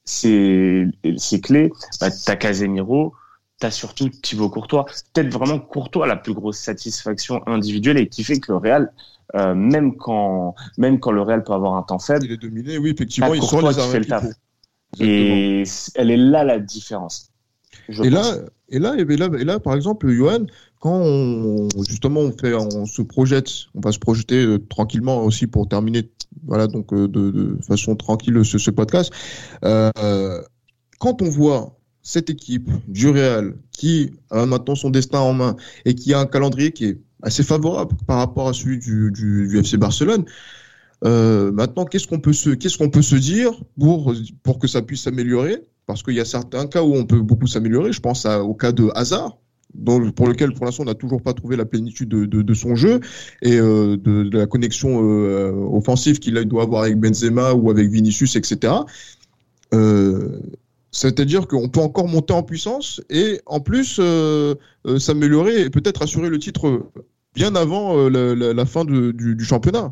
ces, ces clés, bah, t'as Casemiro, t'as surtout Thibaut Courtois. Peut-être vraiment Courtois la plus grosse satisfaction individuelle et qui fait que le Real, euh, même quand, même quand le Real peut avoir un temps faible, Il est dominé, oui, effectivement, t'as ils sont Courtois les qui fait armes le qu'il taf. faut. Exactement. Et c- elle est là la différence. Je Et pense. là, et là, et là, et là, par exemple, Johan, quand on, justement on fait, on se projette, on va se projeter euh, tranquillement aussi pour terminer, voilà, donc euh, de, de façon tranquille ce, ce podcast. Euh, quand on voit cette équipe du Real qui a maintenant son destin en main et qui a un calendrier qui est assez favorable par rapport à celui du, du, du F C Barcelone. Euh, maintenant, qu'est-ce qu'on peut se, qu'est-ce qu'on peut se dire pour, pour que ça puisse s'améliorer? Parce qu'il y a certains cas où on peut beaucoup s'améliorer. Je pense à, au cas de Hazard, dont, pour lequel, pour l'instant, on n'a toujours pas trouvé la plénitude de, de, de son jeu et euh, de, de la connexion euh, offensive qu'il doit avoir avec Benzema ou avec Vinicius, et cetera. Euh, c'est-à-dire qu'on peut encore monter en puissance et en plus euh, euh, s'améliorer et peut-être assurer le titre bien avant euh, la, la, la fin de, du, du championnat.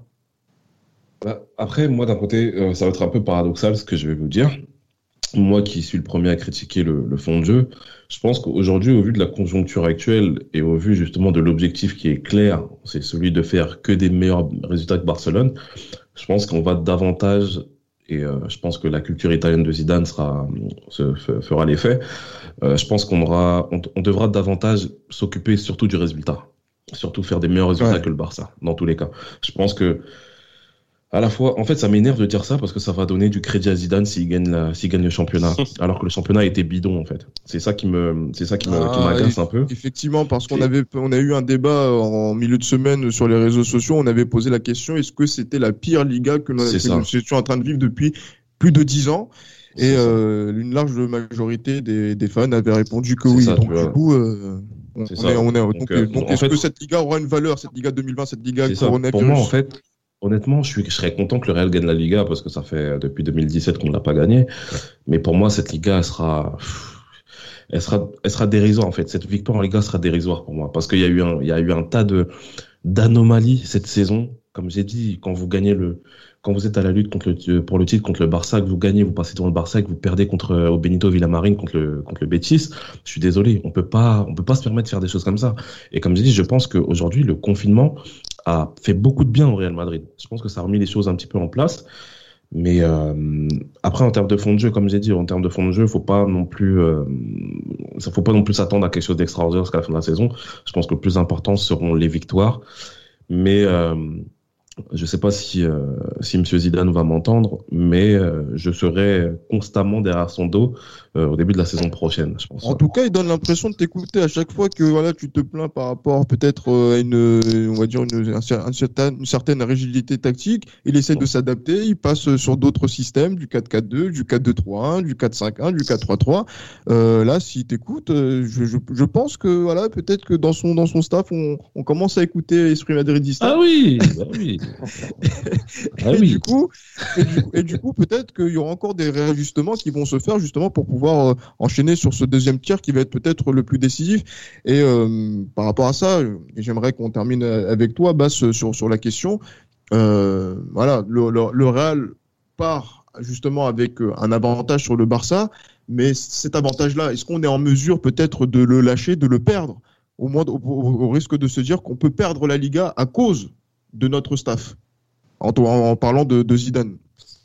Après, moi, d'un côté, euh, ça va être un peu paradoxal ce que je vais vous dire. Moi qui suis le premier à critiquer le, le fond de jeu, je pense qu'aujourd'hui, au vu de la conjoncture actuelle et au vu justement de l'objectif qui est clair, c'est celui de faire que des meilleurs résultats que Barcelone, je pense qu'on va davantage, et euh, je pense que la culture italienne de Zidane sera, se, fera l'effet, euh, je pense qu'on aura, on, on devra davantage s'occuper surtout du résultat, surtout faire des meilleurs résultats ouais. que le Barça, dans tous les cas. Je pense que à la fois, en fait, ça m'énerve de dire ça parce que ça va donner du crédit à Zidane s'il gagne, la, s'il gagne le championnat, alors que le championnat était bidon en fait. C'est ça qui me, c'est ça qui, me, ah, qui m'agace un peu. Effectivement, parce qu'on avait, on a eu un débat en milieu de semaine sur les réseaux sociaux. On avait posé la question est-ce que c'était la pire Liga que nous, que nous étions en train de vivre depuis plus de dix ans? Et euh, une large majorité des, des fans avaient répondu que c'est oui. ça, donc, tu du vois. coup, euh, on, C'est on ça. est, on est, Donc, donc, euh, donc en est-ce fait- que cette Liga aura une valeur, cette Liga deux mille vingt, cette Liga C'est ça. coronavirus? Pour moi, en fait, honnêtement, je, suis, je serais content que le Real gagne la Liga parce que ça fait depuis deux mille dix-sept qu'on ne l'a pas gagnée. Mais pour moi, cette Liga, elle sera, elle sera, elle sera dérisoire en fait. Cette victoire en Liga sera dérisoire pour moi parce qu'il y a eu un, il y a eu un tas de d'anomalies cette saison. Comme j'ai dit, quand vous gagnez le, quand vous êtes à la lutte contre le, pour le titre contre le Barça, que vous gagnez, vous passez devant le Barça, que vous perdez contre au Benito Villamarín contre le contre le Betis, je suis désolé, on peut pas, on peut pas se permettre de faire des choses comme ça. Et comme j'ai dit, je pense qu'aujourd'hui le confinement a fait beaucoup de bien au Real Madrid. Je pense que ça a remis les choses un petit peu en place. Mais euh, après, en termes de fond de jeu, comme j'ai dit, en termes de fond de jeu, faut pas non plus, euh, ça faut pas non plus s'attendre à quelque chose d'extraordinaire jusqu'à la fin de la saison. Je pense que le plus important seront les victoires. Mais euh, je sais pas si euh, si Monsieur Zidane va m'entendre, mais euh, je serai constamment derrière son dos euh, au début de la saison prochaine, je pense. En tout cas, il donne l'impression de t'écouter à chaque fois que voilà, tu te plains par rapport peut-être euh, à une, on va dire une, un cer- un certain- une certaine rigidité tactique. Il essaie de s'adapter, il passe sur d'autres systèmes, du quatre quatre deux, du quatre deux trois un, du quatre cinq un, du quatre trois trois. Euh, là, s'il t'écoute, euh, je, je, je pense que voilà, peut-être que dans son dans son staff, on, on commence à écouter l'esprit madridista. Ah oui, bah oui. Ah et, oui. du coup, et, du, et du coup, peut-être qu'il y aura encore des réajustements qui vont se faire justement pour pouvoir euh, enchaîner sur ce deuxième tiers qui va être peut-être le plus décisif. Et euh, par rapport à ça, j'aimerais qu'on termine avec toi, Bass, sur, sur la question. Euh, voilà, le, le, le Real part justement avec un avantage sur le Barça, mais cet avantage-là, est-ce qu'on est en mesure peut-être de le lâcher, de le perdre, au moins au, au risque de se dire qu'on peut perdre la Liga à cause de notre staff, en, en, en parlant de, de Zidane?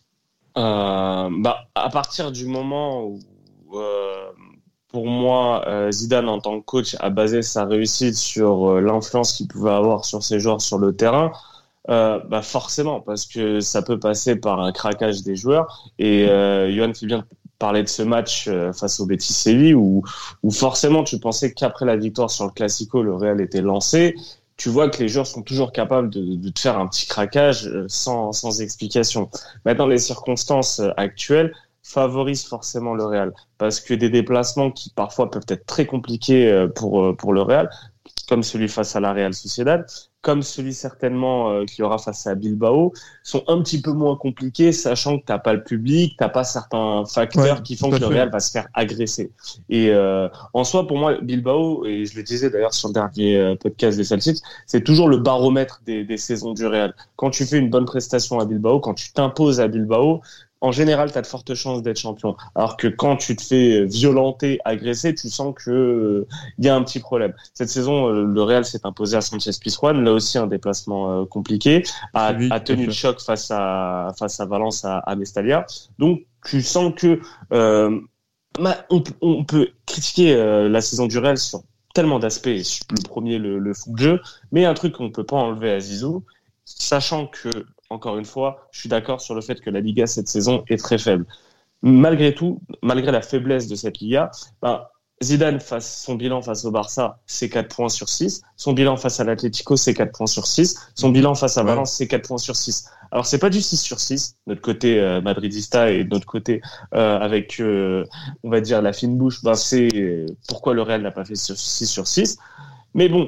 Euh, bah, à partir du moment où, euh, pour moi, euh, Zidane en tant que coach a basé sa réussite sur euh, l'influence qu'il pouvait avoir sur ses joueurs sur le terrain, euh, bah forcément, parce que ça peut passer par un craquage des joueurs. Et euh, Johan fait bien parler de ce match euh, face au Betis Séville où, où forcément tu pensais qu'après la victoire sur le Classico, le Real était lancé. Tu vois que les joueurs sont toujours capables de, de te faire un petit craquage sans, sans explication. Maintenant, les circonstances actuelles favorisent forcément le Real parce que des déplacements qui parfois peuvent être très compliqués pour, pour le Real, comme celui face à la Real Sociedad, comme celui certainement euh, qu'il y aura face à Bilbao, sont un petit peu moins compliqués, sachant que t'as pas le public, t'as pas certains facteurs ouais, qui font que le Real va se faire agresser. Et euh, en soi, pour moi, Bilbao, et je le disais d'ailleurs sur le dernier euh, podcast des Celtics, c'est toujours le baromètre des, des saisons du Real. Quand tu fais une bonne prestation à Bilbao, quand tu t'imposes à Bilbao, en général, tu as de fortes chances d'être champion. Alors que quand tu te fais violenter, agresser, tu sens que euh, y a un petit problème. Cette saison, euh, le Real s'est imposé à Sanchez-Pizjuán, là aussi un déplacement euh, compliqué, a, Oui, a tenu le choc face à face à Valence à, à Mestalla. Donc tu sens que euh, on, on peut critiquer euh, la saison du Real sur tellement d'aspects. Le premier, le, le fou de jeu, mais un truc qu'on ne peut pas enlever à Zizou, sachant que encore une fois, je suis d'accord sur le fait que la Liga cette saison est très faible. Malgré tout, malgré la faiblesse de cette Liga, ben, Zidane, face, son bilan face au Barça, c'est quatre points sur six. Son bilan face à l'Atlético, c'est quatre points sur six. Son bilan face à Valence, ouais. c'est quatre points sur six. Alors, c'est pas du six sur six, notre côté euh, madridista et de notre côté euh, avec, euh, on va dire, la fine bouche, ben, c'est euh, pourquoi le Real n'a pas fait six sur six. Mais bon,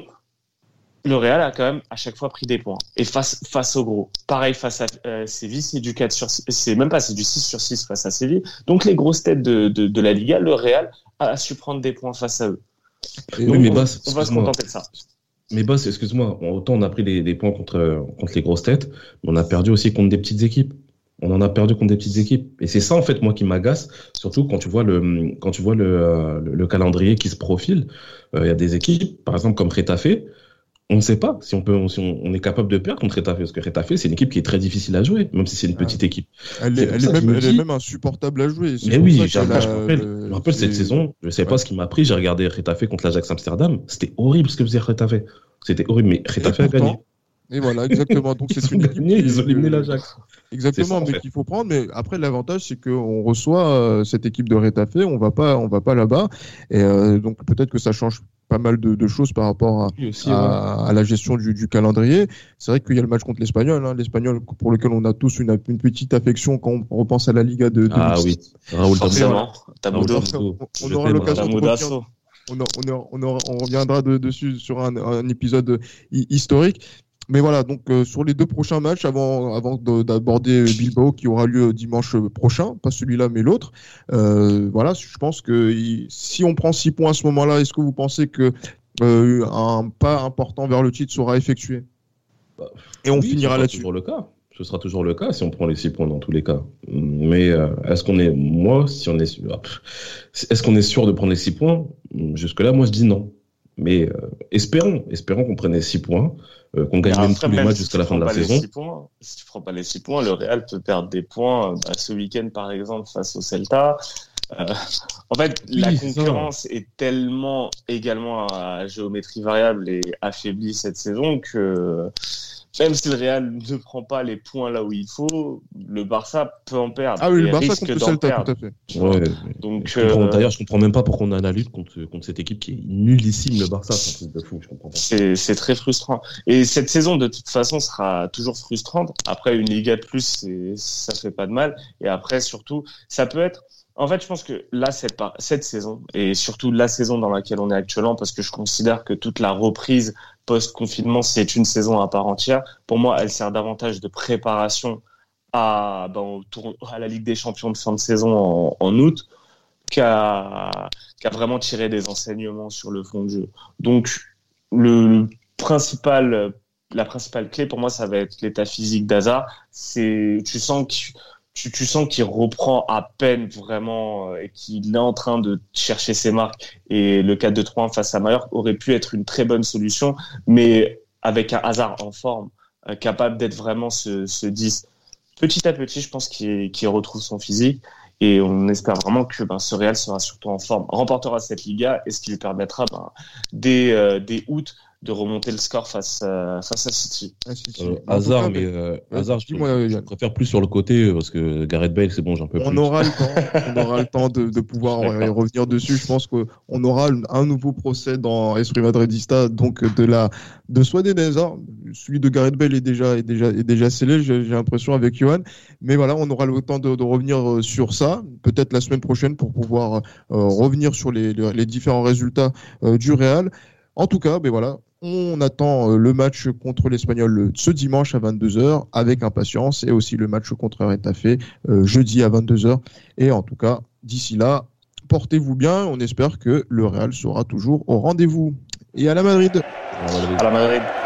le Real a quand même à chaque fois pris des points. Et face, face au gros. Pareil face à euh, Séville, c'est du quatre sur six. C'est même pas, c'est du six sur six face à Séville. Donc les grosses têtes de, de, de la Liga, le Real a su prendre des points face à eux. Et Donc, oui, mais on, Bass, on va se contenter de ça. Mais Bass, excuse-moi, autant on a pris des, des points contre, contre les grosses têtes, mais on a perdu aussi contre des petites équipes. On en a perdu contre des petites équipes. Et c'est ça, en fait, moi, qui m'agace, surtout quand tu vois le, quand tu vois le, le, le calendrier qui se profile. Il euh, y a des équipes, par exemple, comme Retafe. On ne sait pas si on peut, si on, on est capable de perdre contre Retafe, parce que Retafe, c'est une équipe qui est très difficile à jouer, même si c'est une petite équipe. Elle est, elle est, même, elle dis... est même insupportable à jouer. Mais oui, je me rappelle, le... je me rappelle cette saison, je ne sais ouais. pas ce qui m'a pris, j'ai regardé Retafe contre l'Ajax Amsterdam, c'était horrible ce que faisait Retafe. C'était horrible, mais Retafe a gagné. Et voilà, exactement. Donc c'est une équipe. Ils ont éliminé l'Ajax. Exactement, ça, mais en fait. qu'il faut prendre. Mais après, l'avantage, c'est qu'on reçoit euh, cette équipe de Retafe, on va pas, on va pas là-bas, et euh, donc peut-être que ça change pas mal de, de choses par rapport à, Oui, aussi, à, ouais. à la gestion du, du calendrier. C'est vrai qu'il y a le match contre l'Espagnol, hein, l'Espagnol pour lequel on a tous une, une petite affection quand on repense à la Liga de. de Ah oui, Raoul Forcément, Tamudo. On, on Je aura t'aime, l'occasion de revenir. Tamudasso. On, on, on, on reviendra de, dessus sur un, un épisode hi- historique. Mais voilà, donc euh, sur les deux prochains matchs, avant, avant de, d'aborder Bilbao qui aura lieu dimanche prochain, pas celui-là mais l'autre, euh, voilà, je pense que il, si on prend six points à ce moment-là, est-ce que vous pensez que euh, un pas important vers le titre sera effectué? Bah, Et on oui, finira ce là-dessus. sera toujours le cas. Ce sera toujours le cas si on prend les six points dans tous les cas. Mais euh, est-ce qu'on est, moi, si on est, est-ce qu'on est sûr de prendre les six points? Jusque-là, moi, je dis non. Mais euh, espérons, espérons qu'on prenne les six points, euh, qu'on gagne Mais même après, tous les même matchs si jusqu'à tu la fin de prends la pas les saison. six points, si tu prends pas les six points, le Real peut perdre des points euh, bah, ce week-end, par exemple, face au Celta. Euh, en fait, Oui, la c'est ça. concurrence est tellement également à géométrie variable et affaiblie cette saison que même si le Real ne prend pas les points là où il faut, le Barça peut en perdre. Ah oui, et le Barça risque contre le d'en Celta, perdre, tout à fait. tu vois. Ouais, Donc, je comprends. euh, D'ailleurs, je comprends même pas pourquoi on a la lutte contre, contre cette équipe qui est nullissime, le Barça. C'est un truc de fou, je comprends pas. C'est, c'est très frustrant. Et cette saison, de toute façon, sera toujours frustrante. Après, une Liga de plus, c'est, ça fait pas de mal. Et après, surtout, ça peut être... En fait, je pense que là, cette, par- cette saison, et surtout la saison dans laquelle on est actuellement, parce que je considère que toute la reprise post-confinement, c'est une saison à part entière. Pour moi, elle sert davantage de préparation à, ben, au tour- à la Ligue des Champions de fin de saison en, en août qu'à, qu'à vraiment tirer des enseignements sur le fond de jeu. Donc, le principal, la principale clé pour moi, ça va être l'état physique d'Hazard. C'est, tu sens qu'il, tu, tu sens qu'il reprend à peine vraiment euh, et qu'il est en train de chercher ses marques. Et le quatre deux trois un face à Mallorca aurait pu être une très bonne solution, mais avec un Hazard en forme, euh, capable d'être vraiment ce, ce dix. Petit à petit, je pense qu'il, qu'il retrouve son physique. Et on espère vraiment que ben, ce Real sera surtout en forme, remportera cette Liga, et ce qui lui permettra ben, dès, euh, dès août de remonter le score face, euh, face à City. Ah, si, si. Euh, En tout hasard, cas, mais euh, Ouais, hasard, je, dis-moi, je Yann. préfère plus sur le côté parce que Gareth Bale, c'est bon, j'en peux On plus. aura le temps, on aura le temps de, de pouvoir Je suis d'accord. y revenir dessus. Je pense qu'on aura un nouveau procès dans Esprit Madridista, donc de la de Sweden Hazard. Celui de Gareth Bale est déjà est déjà est déjà scellé. J'ai, j'ai l'impression avec Johan. Mais voilà, on aura le temps de, de revenir sur ça, peut-être la semaine prochaine pour pouvoir euh, revenir sur les, les, les différents résultats euh, du Real. En tout cas, ben voilà. On attend euh, le match contre l'Espagnol le- ce dimanche à vingt-deux heures avec impatience et aussi le match contre Retafe euh, jeudi à vingt-deux heures. Et en tout cas, d'ici là, portez-vous bien. On espère que le Real sera toujours au rendez-vous. Et à la Madrid. On va le- À la Madrid.